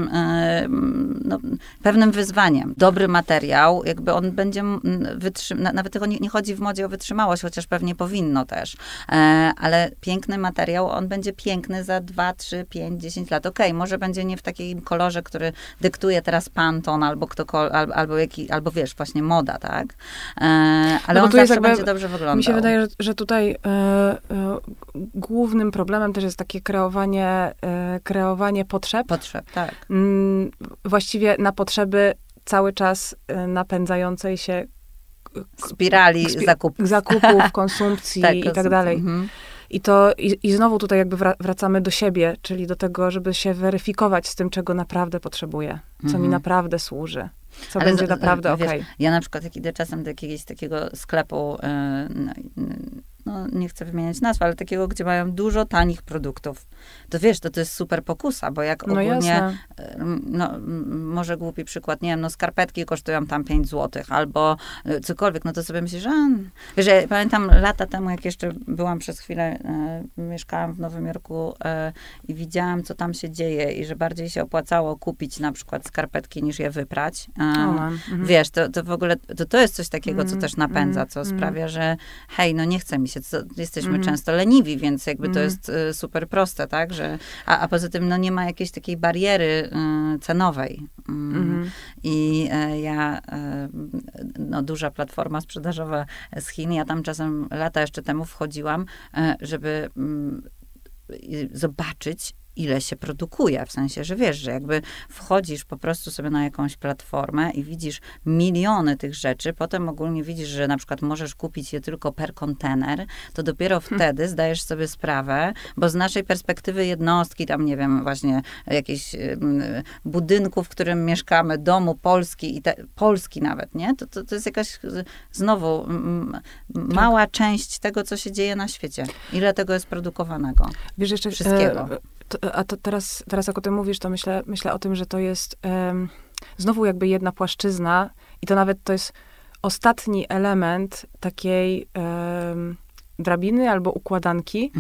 pewnym wyzwaniem. Dobry materiał, jakby on będzie nawet tylko nie chodzi w modzie o wytrzymałość, chociaż pewnie powinno też, ale piękny materiał, on będzie piękny za 2, 3, 5, 10 lat. Okej, może będzie nie w takim kolorze, który dyktuje teraz Pantone, albo właśnie moda, tak? Ale on zawsze będzie dobrze wyglądał. Mi się wydaje, że tutaj głównym problemem też jest takie kreowanie potrzeb. Tak. Właściwie na potrzeby cały czas napędzającej się spirali zakupów, konsumpcji i tak dalej. I znowu tutaj jakby wracamy do siebie, czyli do tego, żeby się weryfikować z tym, czego naprawdę potrzebuję, co mi naprawdę służy. co będzie naprawdę okej. Ja na przykład jak idę czasem do jakiegoś takiego sklepu, no nie chcę wymieniać nazw, ale takiego, gdzie mają dużo tanich produktów, to wiesz, to jest super pokusa, bo jak ogólnie, no może głupi przykład, nie wiem, no skarpetki kosztują tam 5 zł, albo cokolwiek, no to sobie myślisz, że wiesz, ja pamiętam lata temu, jak jeszcze byłam przez chwilę, mieszkałam w Nowym Jorku i widziałam, co tam się dzieje i że bardziej się opłacało kupić na przykład skarpetki, niż je wyprać. Wiesz, to w ogóle, to jest coś takiego, co też napędza, co sprawia, że hej, no nie chce mi się, jesteśmy często leniwi, więc jakby to jest super proste, tak, że, a poza tym, no nie ma jakiejś takiej bariery cenowej. I no duża platforma sprzedażowa z Chin, ja tam czasem lata jeszcze temu wchodziłam, żeby zobaczyć, ile się produkuje, w sensie, że wiesz, że jakby wchodzisz po prostu sobie na jakąś platformę i widzisz miliony tych rzeczy, potem ogólnie widzisz, że na przykład możesz kupić je tylko per kontener, to dopiero wtedy zdajesz sobie sprawę, bo z naszej perspektywy jednostki, tam nie wiem, właśnie jakieś budynku, w którym mieszkamy, domu Polski, Polski nawet, nie? To jest jakaś znowu mała część tego, co się dzieje na świecie. Ile tego jest produkowanego? Wiesz, jeszcze wszystkiego. A to teraz jak o tym mówisz, to myślę o tym, że to jest znowu jakby jedna płaszczyzna i to nawet to jest ostatni element takiej drabiny albo układanki,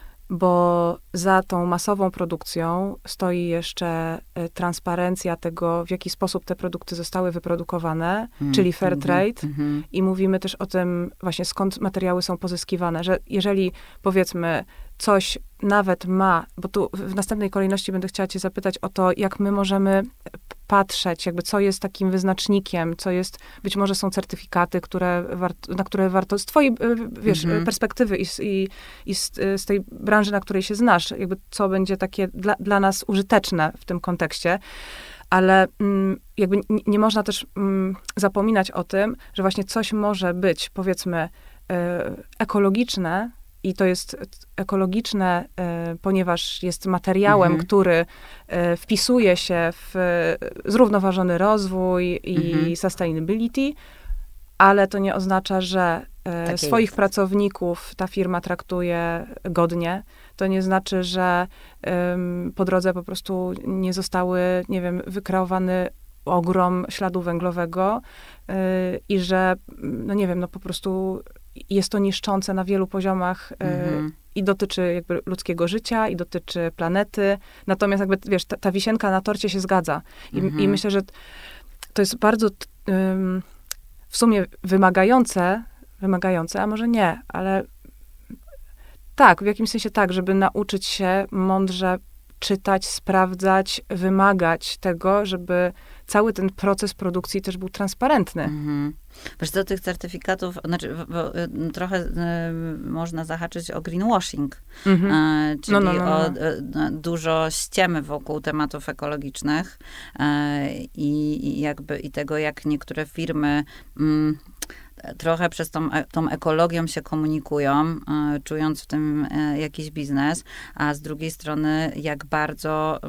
bo za tą masową produkcją stoi jeszcze transparencja tego, w jaki sposób te produkty zostały wyprodukowane, czyli fair trade. I mówimy też o tym właśnie, skąd materiały są pozyskiwane, że jeżeli powiedzmy coś nawet ma, bo tu w następnej kolejności będę chciała cię zapytać o to, jak my możemy patrzeć, jakby co jest takim wyznacznikiem, co jest, być może są certyfikaty, na które warto, z twojej, wiesz, perspektywy i z tej branży, na której się znasz, jakby co będzie takie dla nas użyteczne w tym kontekście. Ale jakby nie można też zapominać o tym, że właśnie coś może być, powiedzmy, ekologiczne, i to jest ekologiczne, ponieważ jest materiałem, który wpisuje się w zrównoważony rozwój i sustainability, ale to nie oznacza, że swoich pracowników ta firma traktuje godnie. To nie znaczy, że po drodze po prostu nie zostały, nie wiem, wykreowany ogrom śladu węglowego i że, no nie wiem, no po prostu jest to niszczące na wielu poziomach i dotyczy jakby ludzkiego życia, i dotyczy planety. Natomiast jakby, wiesz, ta wisienka na torcie się zgadza. I myślę, że to jest bardzo w sumie wymagające, a może nie, ale tak, w jakimś sensie tak, żeby nauczyć się mądrze czytać, sprawdzać, wymagać tego, żeby cały ten proces produkcji też był transparentny. Wiesz co, tych certyfikatów, znaczy, trochę można zahaczyć o greenwashing, czyli o dużo ściemy wokół tematów ekologicznych i jakby i tego, jak niektóre firmy trochę przez tą ekologią się komunikują, czując w tym jakiś biznes, a z drugiej strony jak bardzo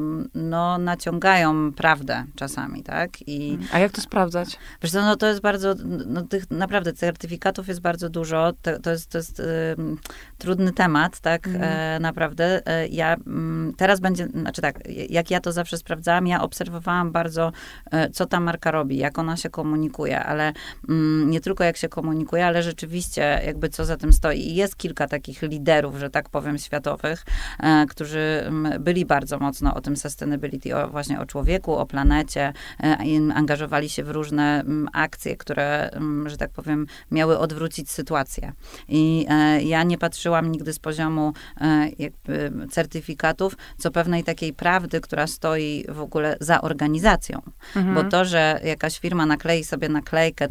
naciągają prawdę czasami, tak? A jak to sprawdzać? Wiesz co, no to jest bardzo, tych naprawdę certyfikatów jest bardzo dużo, to jest trudny temat, tak? Naprawdę. Ja teraz znaczy tak, jak ja to zawsze sprawdzałam, ja obserwowałam bardzo, co ta marka robi, jak ona się komunikuje, ale nie tylko jak się komunikuje, ale rzeczywiście jakby co za tym stoi. I jest kilka takich liderów, że tak powiem, światowych, którzy byli bardzo mocno o tym sustainability, właśnie o człowieku, o planecie, angażowali się w różne akcje, które, że tak powiem, miały odwrócić sytuację. I ja nie patrzyłam nigdy z poziomu jakby certyfikatów, co pewnej takiej prawdy, która stoi w ogóle za organizacją. Bo to, że jakaś firma naklei sobie naklejkę tylko po to,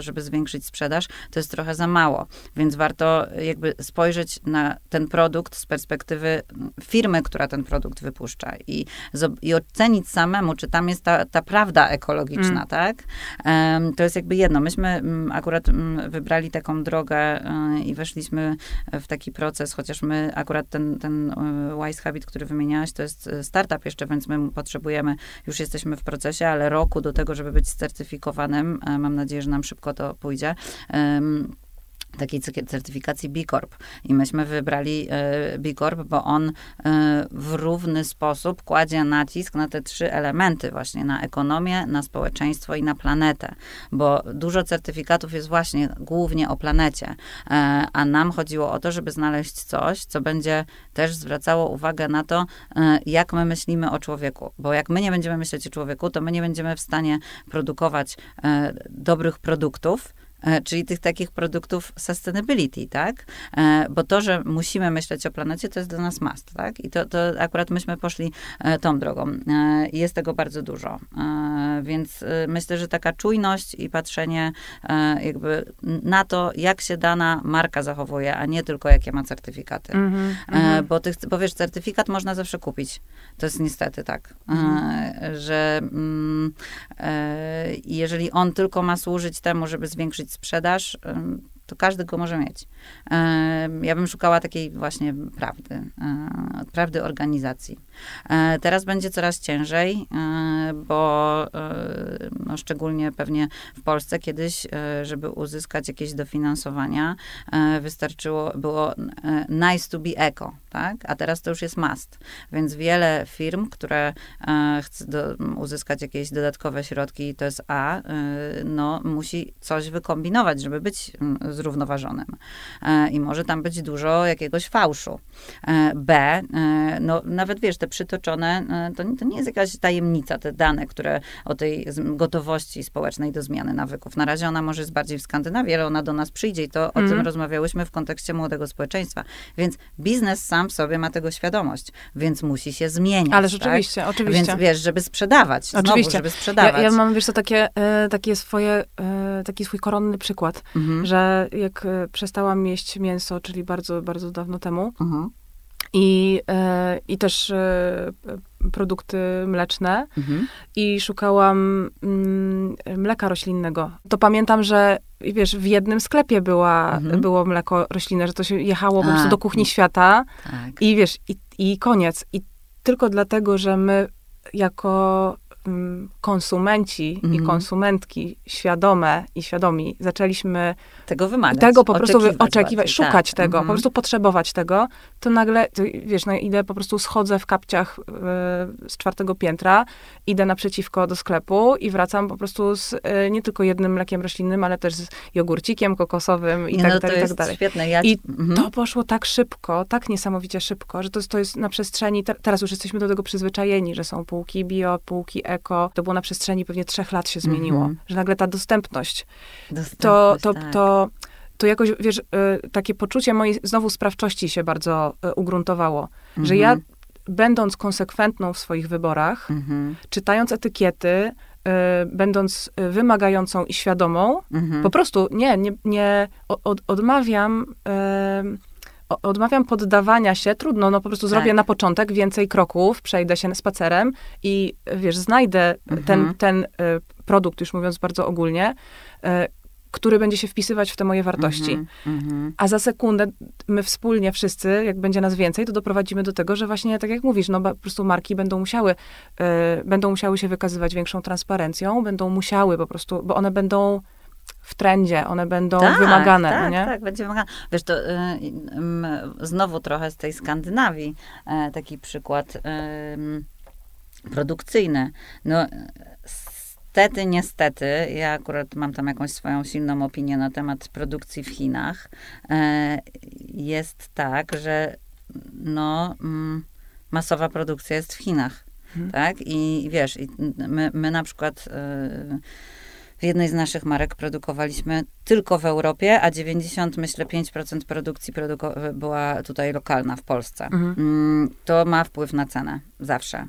żeby zwiększyć sprzedaż, to jest trochę za mało. Więc warto jakby spojrzeć na ten produkt z perspektywy firmy, która ten produkt wypuszcza i ocenić samemu, czy tam jest ta prawda ekologiczna, tak? To jest jakby jedno. Myśmy akurat wybrali taką drogę i weszliśmy w taki proces, chociaż my akurat ten Wise Habit, który wymieniałaś, to jest startup jeszcze, więc my potrzebujemy, już jesteśmy w procesie, ale roku do tego, żeby być certyfikowanym. Mam nadzieję, że nam szybko to pójdzie. Takiej certyfikacji B Corp. I myśmy wybrali B Corp, bo on w równy sposób kładzie nacisk na te 3 elementy właśnie, na ekonomię, na społeczeństwo i na planetę. Bo dużo certyfikatów jest właśnie głównie o planecie, a nam chodziło o to, żeby znaleźć coś, co będzie też zwracało uwagę na to, jak my myślimy o człowieku. Bo jak my nie będziemy myśleć o człowieku, to my nie będziemy w stanie produkować dobrych produktów, czyli tych takich produktów sustainability, tak? Bo to, że musimy myśleć o planecie, to jest dla nas must, tak? I to akurat myśmy poszli tą drogą. Jest tego bardzo dużo. Więc myślę, że taka czujność i patrzenie jakby na to, jak się dana marka zachowuje, a nie tylko jakie ma certyfikaty. Bo wiesz, certyfikat można zawsze kupić. To jest niestety tak, że jeżeli on tylko ma służyć temu, żeby zwiększyć sprzedaż, to każdy go może mieć. Ja bym szukała takiej właśnie prawdy organizacji. Teraz będzie coraz ciężej, bo no szczególnie pewnie w Polsce kiedyś, żeby uzyskać jakieś dofinansowania, było nice to be eco, tak? A teraz to już jest must. Więc wiele firm, które chce uzyskać jakieś dodatkowe środki, to jest no musi coś wykombinować, żeby być zrównoważonym. I może tam być dużo jakiegoś fałszu. B, no nawet wiesz, te przytoczone, to nie jest jakaś tajemnica, te dane, które o tej gotowości społecznej do zmiany nawyków. Na razie ona może jest bardziej w Skandynawii, ale ona do nas przyjdzie i to o tym rozmawiałyśmy w kontekście młodego społeczeństwa. Więc biznes sam w sobie ma tego świadoś, więc musi się zmieniać. Ale rzeczywiście, tak? oczywiście. Więc wiesz, żeby sprzedawać. Znowu, żeby sprzedawać. Ja mam, wiesz co, taki swój koronny przykład, że jak przestałam jeść mięso, czyli bardzo, bardzo dawno temu, i też produkty mleczne i szukałam mleka roślinnego. To pamiętam, że wiesz, w jednym sklepie było mleko roślinne, że to się jechało po prostu do kuchni świata i wiesz, i koniec. I tylko dlatego, że my jako konsumenci i konsumentki świadomi zaczęliu tego wymagać. Tego po prostu oczekiwać, szukać tak. tego, po prostu potrzebować tego, to nagle, wiesz, no idę po prostu schodzę w kapciach z 4. piętra, idę naprzeciwko do sklepu i wracam po prostu z nie tylko jednym mlekiem roślinnym, ale też z jogurcikiem kokosowym i tak dalej, i tak dalej. Świetne. To poszło tak szybko, tak niesamowicie szybko, że to jest na przestrzeni, teraz już jesteśmy do tego przyzwyczajeni, że są półki bio, półki eko. To było na przestrzeni pewnie 3 lat się zmieniło, że nagle ta dostępność to jakoś, wiesz, takie poczucie mojej znowu sprawczości się bardzo ugruntowało, że ja, będąc konsekwentną w swoich wyborach, czytając etykiety, będąc wymagającą i świadomą, po prostu odmawiam poddawania się, trudno, no po prostu zrobię na początek więcej kroków, przejdę się spacerem i wiesz, znajdę ten produkt, już mówiąc bardzo ogólnie, który będzie się wpisywać w te moje wartości. A za sekundę my wspólnie wszyscy, jak będzie nas więcej, to doprowadzimy do tego, że właśnie, tak jak mówisz, no po prostu marki będą musiały się wykazywać większą transparencją, będą musiały po prostu, bo one będą w trendzie, one będą wymagane. Tak, no nie? Tak, będzie wymagane. Wiesz, to znowu trochę z tej Skandynawii taki przykład produkcyjny. No, niestety, ja akurat mam tam jakąś swoją silną opinię na temat produkcji w Chinach. Jest tak, że masowa produkcja jest w Chinach. Tak? I wiesz, my na przykład w jednej z naszych marek produkowaliśmy tylko w Europie, a 5% produkcji była tutaj lokalna w Polsce. To ma wpływ na cenę. Zawsze.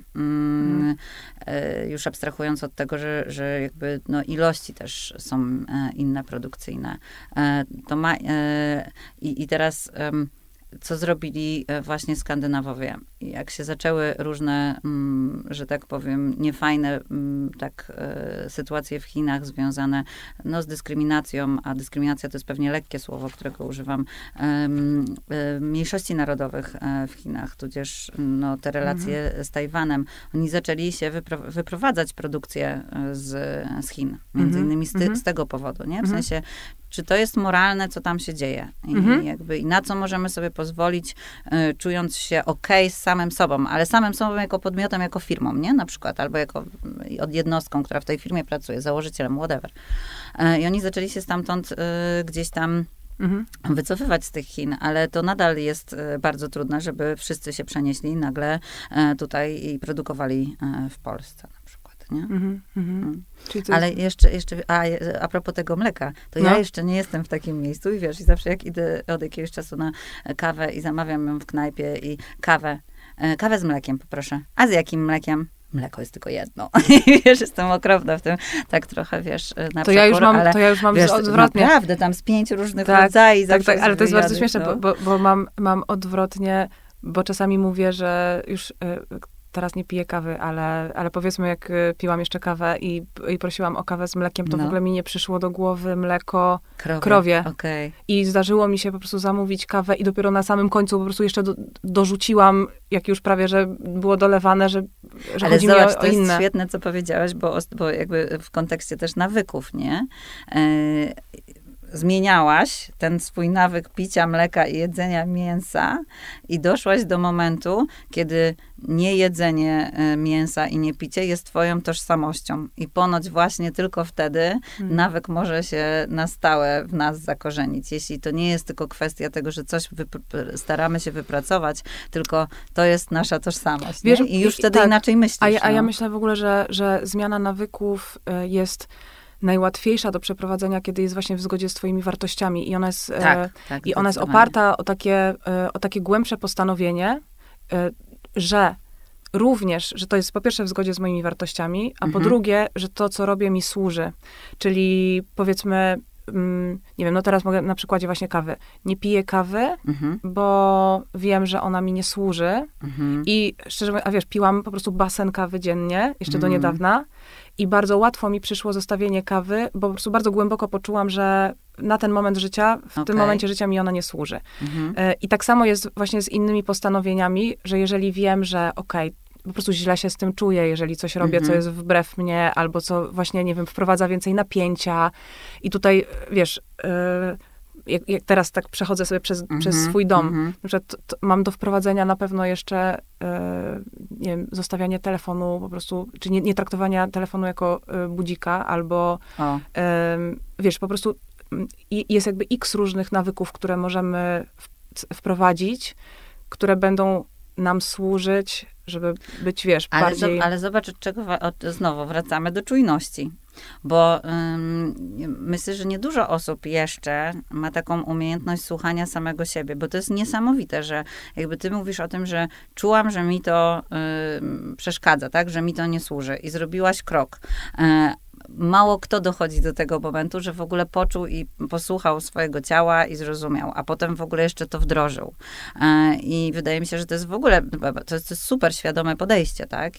Już abstrahując od tego, że jakby ilości też są inne produkcyjne. To ma i teraz co zrobili właśnie Skandynawowie. Jak się zaczęły różne, że tak powiem, niefajne sytuacje w Chinach związane z dyskryminacją, a dyskryminacja to jest pewnie lekkie słowo, którego używam, mniejszości narodowych w Chinach, tudzież te relacje z Tajwanem. Oni zaczęli się wyprowadzać produkcję z Chin. Między innymi z tego powodu, nie? W sensie, czy to jest moralne, co tam się dzieje? I na co możemy sobie pozwolić, czując się okej z samym sobą, ale samym sobą jako podmiotem, jako firmą, nie? Na przykład, albo jako jednostką, która w tej firmie pracuje, założycielem, whatever. I oni zaczęli się stamtąd gdzieś tam wycofywać z tych Chin, ale to nadal jest bardzo trudne, żeby wszyscy się przenieśli nagle tutaj i produkowali w Polsce. Nie? Ale jeszcze a propos tego mleka, to ja jeszcze nie jestem w takim miejscu i wiesz, i zawsze jak idę od jakiegoś czasu na kawę i zamawiam ją w knajpie i kawę z mlekiem poproszę. A z jakim mlekiem? Mleko jest tylko jedno. I wiesz, jestem okropna w tym, tak trochę, wiesz, na to przekór, ja już mam wiesz, odwrotnie. Naprawdę, tam z 5 różnych rodzajów. Tak, ale to jest bardzo śmieszne, bo mam odwrotnie, bo czasami mówię, że już... Teraz nie piję kawy, ale powiedzmy, jak piłam jeszcze kawę i prosiłam o kawę z mlekiem, to w ogóle mi nie przyszło do głowy mleko krowie. Okay. I zdarzyło mi się po prostu zamówić kawę i dopiero na samym końcu po prostu jeszcze dorzuciłam, jak już prawie, że było dolewane, że ale chodzi zobacz, mi o inne. To jest świetne, co powiedziałaś, bo jakby w kontekście też nawyków, nie? Zmieniałaś ten swój nawyk picia mleka i jedzenia mięsa i doszłaś do momentu, kiedy niejedzenie mięsa i nie picie jest twoją tożsamością. I ponoć właśnie tylko wtedy nawyk może się na stałe w nas zakorzenić. Jeśli to nie jest tylko kwestia tego, że coś staramy się wypracować, tylko to jest nasza tożsamość. Wiesz, i już wtedy inaczej myślisz. A ja myślę w ogóle, że zmiana nawyków jest najłatwiejsza do przeprowadzenia, kiedy jest właśnie w zgodzie z twoimi wartościami. I ona jest, ona jest oparta o takie głębsze postanowienie, że również, że to jest po pierwsze w zgodzie z moimi wartościami, a po drugie, że to, co robię, mi służy. Czyli powiedzmy, nie wiem, teraz mogę na przykładzie właśnie kawy. Nie piję kawy, bo wiem, że ona mi nie służy. I szczerze mówiąc, a wiesz, piłam po prostu basen kawy dziennie, jeszcze do niedawna. I bardzo łatwo mi przyszło zostawienie kawy, bo po prostu bardzo głęboko poczułam, że na ten moment życia, w tym momencie życia mi ona nie służy. I tak samo jest właśnie z innymi postanowieniami, że jeżeli wiem, że po prostu źle się z tym czuję, jeżeli coś robię, co jest wbrew mnie, albo co właśnie, nie wiem, wprowadza więcej napięcia. I tutaj, wiesz, jak teraz tak przechodzę sobie przez swój dom, że mam do wprowadzenia na pewno jeszcze, nie wiem, zostawianie telefonu po prostu, czy nie traktowania telefonu jako budzika, albo, wiesz, po prostu jest jakby x różnych nawyków, które możemy wprowadzić, które będą nam służyć, żeby być, wiesz, bardziej... Ale zobacz, od czego znowu wracamy do czujności. Bo myślę, że niedużo osób jeszcze ma taką umiejętność słuchania samego siebie, bo to jest niesamowite, że jakby ty mówisz o tym, że czułam, że mi to przeszkadza, tak, że mi to nie służy i zrobiłaś krok. Mało kto dochodzi do tego momentu, że w ogóle poczuł i posłuchał swojego ciała i zrozumiał, a potem w ogóle jeszcze to wdrożył. I wydaje mi się, że to jest w ogóle, to jest super świadome podejście, tak?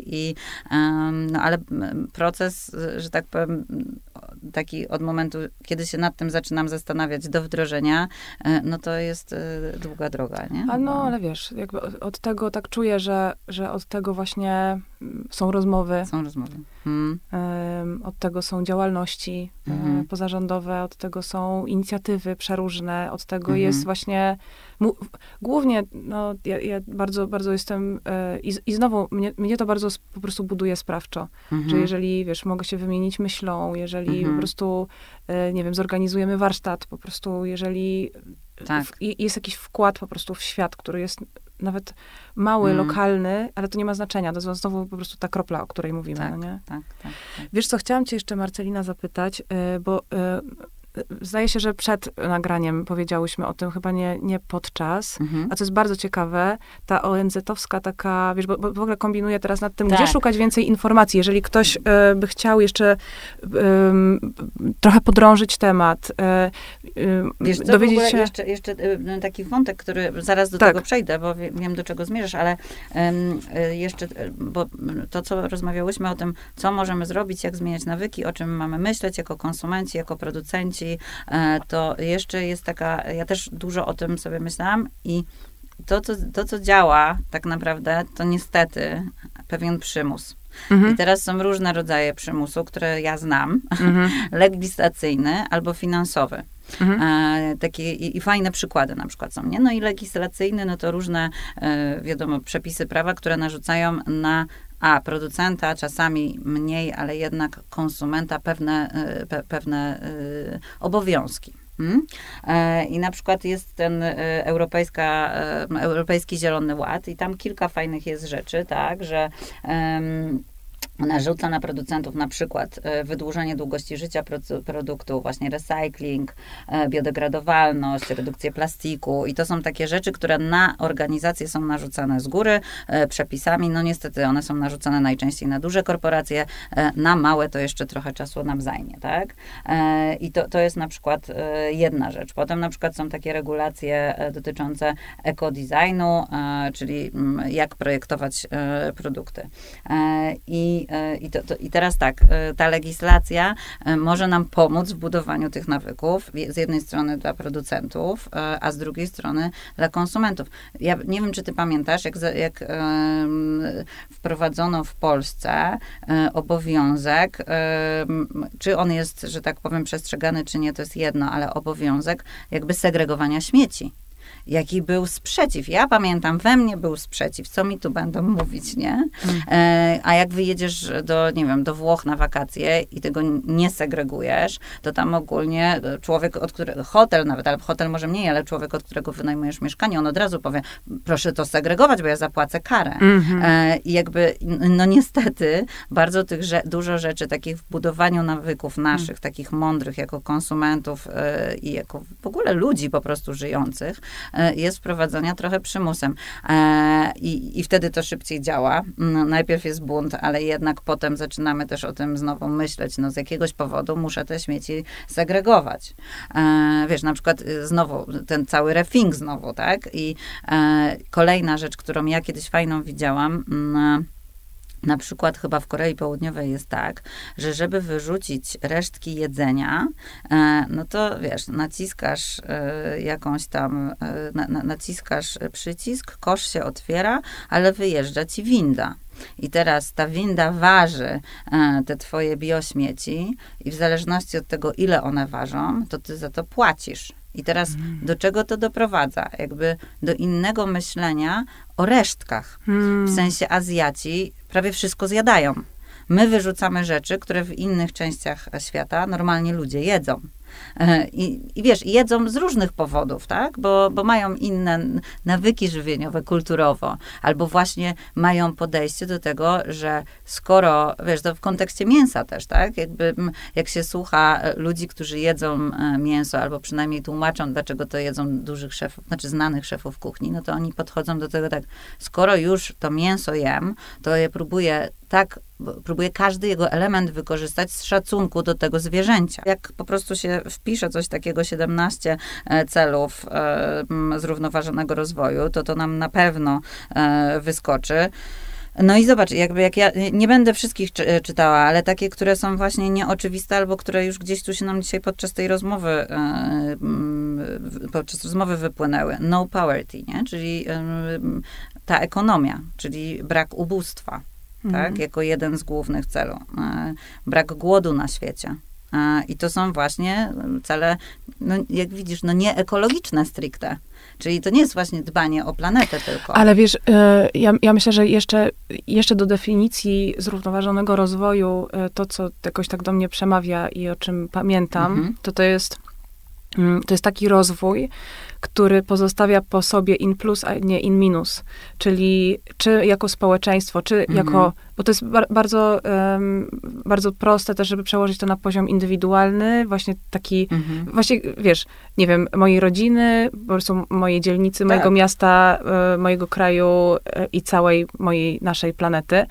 Ale proces, że tak powiem, taki od momentu, kiedy się nad tym zaczynam zastanawiać do wdrożenia, no to jest długa droga, nie? Ale wiesz, jakby od tego tak czuję, że od tego właśnie są rozmowy. Są rozmowy. Od tego są działalności pozarządowe, od tego są inicjatywy przeróżne, od tego jest właśnie, głównie, ja bardzo, bardzo jestem, i znowu, mnie to bardzo po prostu buduje sprawczo, że jeżeli, wiesz, mogę się wymienić myślą, jeżeli po prostu, nie wiem, zorganizujemy warsztat, po prostu, jeżeli jest jakiś wkład po prostu w świat, który jest nawet mały, lokalny, ale to nie ma znaczenia. To jest znowu po prostu ta kropla, o której mówimy, tak, no nie? Tak. Wiesz co, chciałam cię jeszcze, Marcelina, zapytać, bo zdaje się, że przed nagraniem powiedziałyśmy o tym, chyba nie podczas, a co jest bardzo ciekawe, ta ONZ-owska taka, wiesz, bo w ogóle kombinuję teraz nad tym, gdzie szukać więcej informacji. Jeżeli ktoś by chciał jeszcze trochę podrążyć temat, wiesz co, dowiedzieć się... Jeszcze taki wątek, który zaraz do tego przejdę, bo wiem, do czego zmierzasz, ale jeszcze, bo to, co rozmawiałyśmy o tym, co możemy zrobić, jak zmieniać nawyki, o czym mamy myśleć jako konsumenci, jako producenci, to jeszcze jest taka, ja też dużo o tym sobie myślałam i to, co działa tak naprawdę, to niestety pewien przymus. I teraz są różne rodzaje przymusu, które ja znam. Legislacyjny albo finansowy. Takie i fajne przykłady na przykład są, nie? No i legislacyjny, no to różne, wiadomo, przepisy prawa, które narzucają na producenta, czasami mniej, ale jednak konsumenta pewne obowiązki. I na przykład jest ten Europejski Zielony Ład i tam kilka fajnych jest rzeczy, tak, że narzuca na producentów na przykład wydłużenie długości życia produktu, właśnie recycling, biodegradowalność, redukcję plastiku i to są takie rzeczy, które na organizacje są narzucane z góry przepisami. No niestety one są narzucane najczęściej na duże korporacje, na małe to jeszcze trochę czasu nam zajmie, tak? I to jest na przykład jedna rzecz. Potem na przykład są takie regulacje dotyczące ekodesignu, czyli jak projektować produkty. I teraz tak, ta legislacja może nam pomóc w budowaniu tych nawyków, z jednej strony dla producentów, a z drugiej strony dla konsumentów. Ja nie wiem, czy ty pamiętasz, jak wprowadzono w Polsce obowiązek, czy on jest, że tak powiem, przestrzegany, czy nie, to jest jedno, ale obowiązek jakby segregowania śmieci. Jaki był sprzeciw. Ja pamiętam, we mnie był sprzeciw, co mi tu będą mówić, nie? A jak wyjedziesz do Włoch na wakacje i tego nie segregujesz, to tam ogólnie człowiek, hotel nawet, ale hotel może mniej, ale człowiek, od którego wynajmujesz mieszkanie, on od razu powie, proszę to segregować, bo ja zapłacę karę. I jakby, no niestety, bardzo dużo rzeczy takich w budowaniu nawyków naszych, takich mądrych jako konsumentów i jako w ogóle ludzi po prostu żyjących, jest wprowadzania trochę przymusem. I wtedy to szybciej działa. Najpierw jest bunt, ale jednak potem zaczynamy też o tym znowu myśleć. No z jakiegoś powodu muszę te śmieci segregować. Wiesz, na przykład znowu ten cały refing znowu, tak? I kolejna rzecz, którą ja kiedyś fajną widziałam, na przykład chyba w Korei Południowej jest tak, że żeby wyrzucić resztki jedzenia, no to wiesz, naciskasz jakąś tam, naciskasz przycisk, kosz się otwiera, ale wyjeżdża ci winda. I teraz ta winda waży te twoje biośmieci i w zależności od tego, ile one ważą, to ty za to płacisz. I teraz do czego to doprowadza? Jakby do innego myślenia o resztkach. W sensie Azjaci prawie wszystko zjadają. My wyrzucamy rzeczy, które w innych częściach świata normalnie ludzie jedzą. I wiesz, jedzą z różnych powodów, tak? Bo mają inne nawyki żywieniowe kulturowo, albo właśnie mają podejście do tego, że skoro, wiesz, to w kontekście mięsa też, tak? Jakby, jak się słucha ludzi, którzy jedzą mięso, albo przynajmniej tłumaczą, dlaczego to jedzą dużych szefów, znaczy znanych szefów kuchni, no to oni podchodzą do tego tak, skoro już to mięso jem, to je próbuję każdy jego element wykorzystać z szacunku do tego zwierzęcia. Jak po prostu się wpisze coś takiego, 17 celów zrównoważonego rozwoju, to nam na pewno wyskoczy. No i zobacz, jak ja nie będę wszystkich czytała, ale takie, które są właśnie nieoczywiste, albo które już gdzieś tu się nam dzisiaj podczas tej rozmowy, wypłynęły. No poverty, nie? Czyli ta ekonomia, czyli brak ubóstwa. Tak, jako jeden z głównych celów. Brak głodu na świecie. I to są właśnie cele, no, jak widzisz, no nie ekologiczne stricte. Czyli to nie jest właśnie dbanie o planetę tylko. Ale wiesz, ja myślę, że jeszcze do definicji zrównoważonego rozwoju, to co jakoś tak do mnie przemawia i o czym pamiętam, to jest to jest taki rozwój, który pozostawia po sobie in plus, a nie in minus. Czyli czy jako społeczeństwo, czy jako... Bo to jest bardzo, bardzo proste też, żeby przełożyć to na poziom indywidualny, właśnie taki, właśnie, wiesz, nie wiem, mojej rodziny, po prostu mojej dzielnicy, mojego miasta, mojego kraju i całej mojej, naszej planety.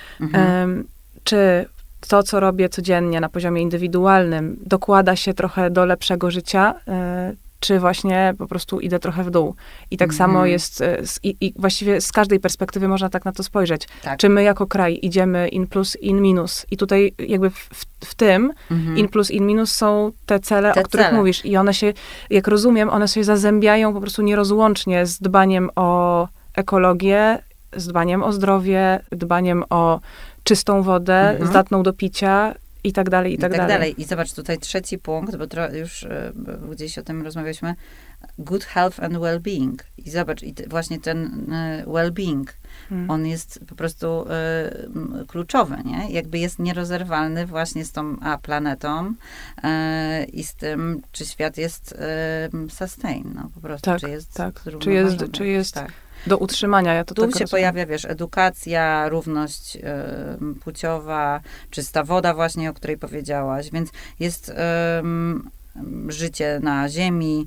Czy to, co robię codziennie na poziomie indywidualnym, dokłada się trochę do lepszego życia, czy właśnie po prostu idę trochę w dół. I tak samo jest, i właściwie z każdej perspektywy można tak na to spojrzeć. Tak. Czy my jako kraj idziemy in plus, in minus. I tutaj jakby w tym in plus, in minus są te cele, o których mówisz. I one się, jak rozumiem, one się zazębiają po prostu nierozłącznie z dbaniem o ekologię, z dbaniem o zdrowie, dbaniem o czystą wodę, zdatną do picia i tak dalej, i tak dalej. I zobacz, tutaj trzeci punkt, bo już gdzieś o tym rozmawialiśmy. Good health and well-being. I zobacz, właśnie ten well-being, on jest po prostu kluczowy, nie? Jakby jest nierozerwalny właśnie z tą planetą i z tym, czy świat jest sustain, no po prostu, tak, czy jest tak. Czy jest do utrzymania, ja to tu tak się rozumiem. pojawia, wiesz, edukacja, równość płciowa, czysta woda właśnie, o której powiedziałaś, więc jest życie na ziemi,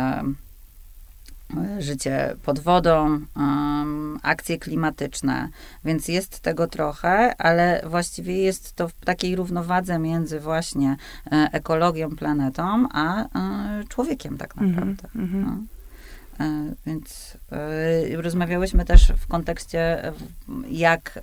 życie pod wodą, akcje klimatyczne, więc jest tego trochę, ale właściwie jest to w takiej równowadze między właśnie ekologią, planetą, a człowiekiem tak naprawdę. No. Więc rozmawiałyśmy też w kontekście, jak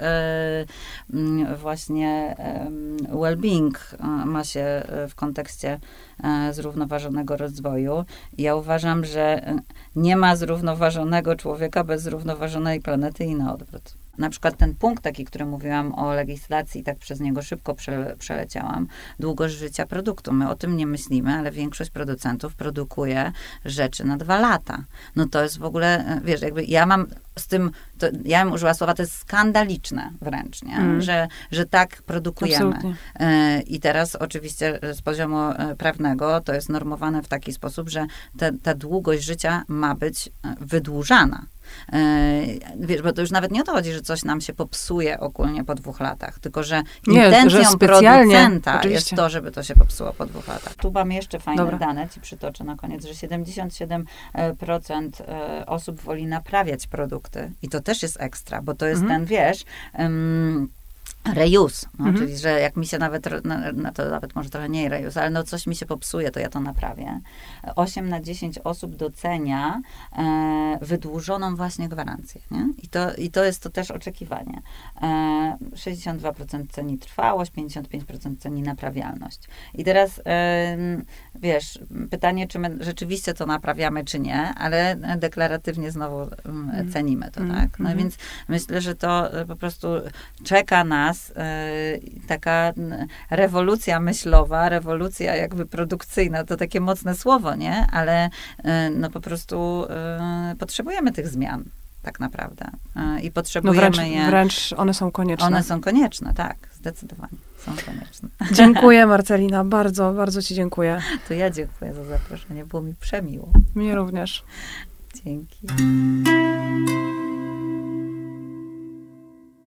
właśnie well-being ma się w kontekście zrównoważonego rozwoju. Ja uważam, że nie ma zrównoważonego człowieka bez zrównoważonej planety i na odwrót. Na przykład ten punkt taki, który mówiłam o legislacji, tak przez niego szybko przeleciałam, długość życia produktu. My o tym nie myślimy, ale większość producentów produkuje rzeczy na 2 lata. No to jest w ogóle, wiesz, jakby ja mam z tym, ja bym użyła słowa, to jest skandaliczne wręcz, nie? Że tak produkujemy. I teraz oczywiście z poziomu prawnego to jest normowane w taki sposób, że ta długość życia ma być wydłużana. Wiesz, bo to już nawet nie o to chodzi, że coś nam się popsuje ogólnie po 2 latach, tylko że intencją producenta jest to, żeby to się popsuło po 2 latach. Tu mam jeszcze fajne dane, ci przytoczę na koniec, że 77% osób woli naprawiać produkty. I to też jest ekstra, bo to jest ten, wiesz, reuse, no, czyli że jak mi się nawet, to nawet może trochę nie reuse, ale no coś mi się popsuje, to ja to naprawię. 8 na 10 osób docenia wydłużoną właśnie gwarancję, nie? I to jest to też oczekiwanie. 62% ceni trwałość, 55% ceni naprawialność. I teraz, wiesz, pytanie, czy my rzeczywiście to naprawiamy, czy nie, ale deklaratywnie znowu cenimy to, tak? No więc myślę, że to po prostu czeka nas taka rewolucja myślowa, rewolucja jakby produkcyjna, to takie mocne słowo, nie? Ale no po prostu potrzebujemy tych zmian, tak naprawdę. I potrzebujemy je. Wręcz one są konieczne. One są konieczne, tak. Zdecydowanie są konieczne. Dziękuję, Marcelina. Bardzo, bardzo ci dziękuję. To ja dziękuję za zaproszenie. Było mi przemiło. Mnie również. Dzięki.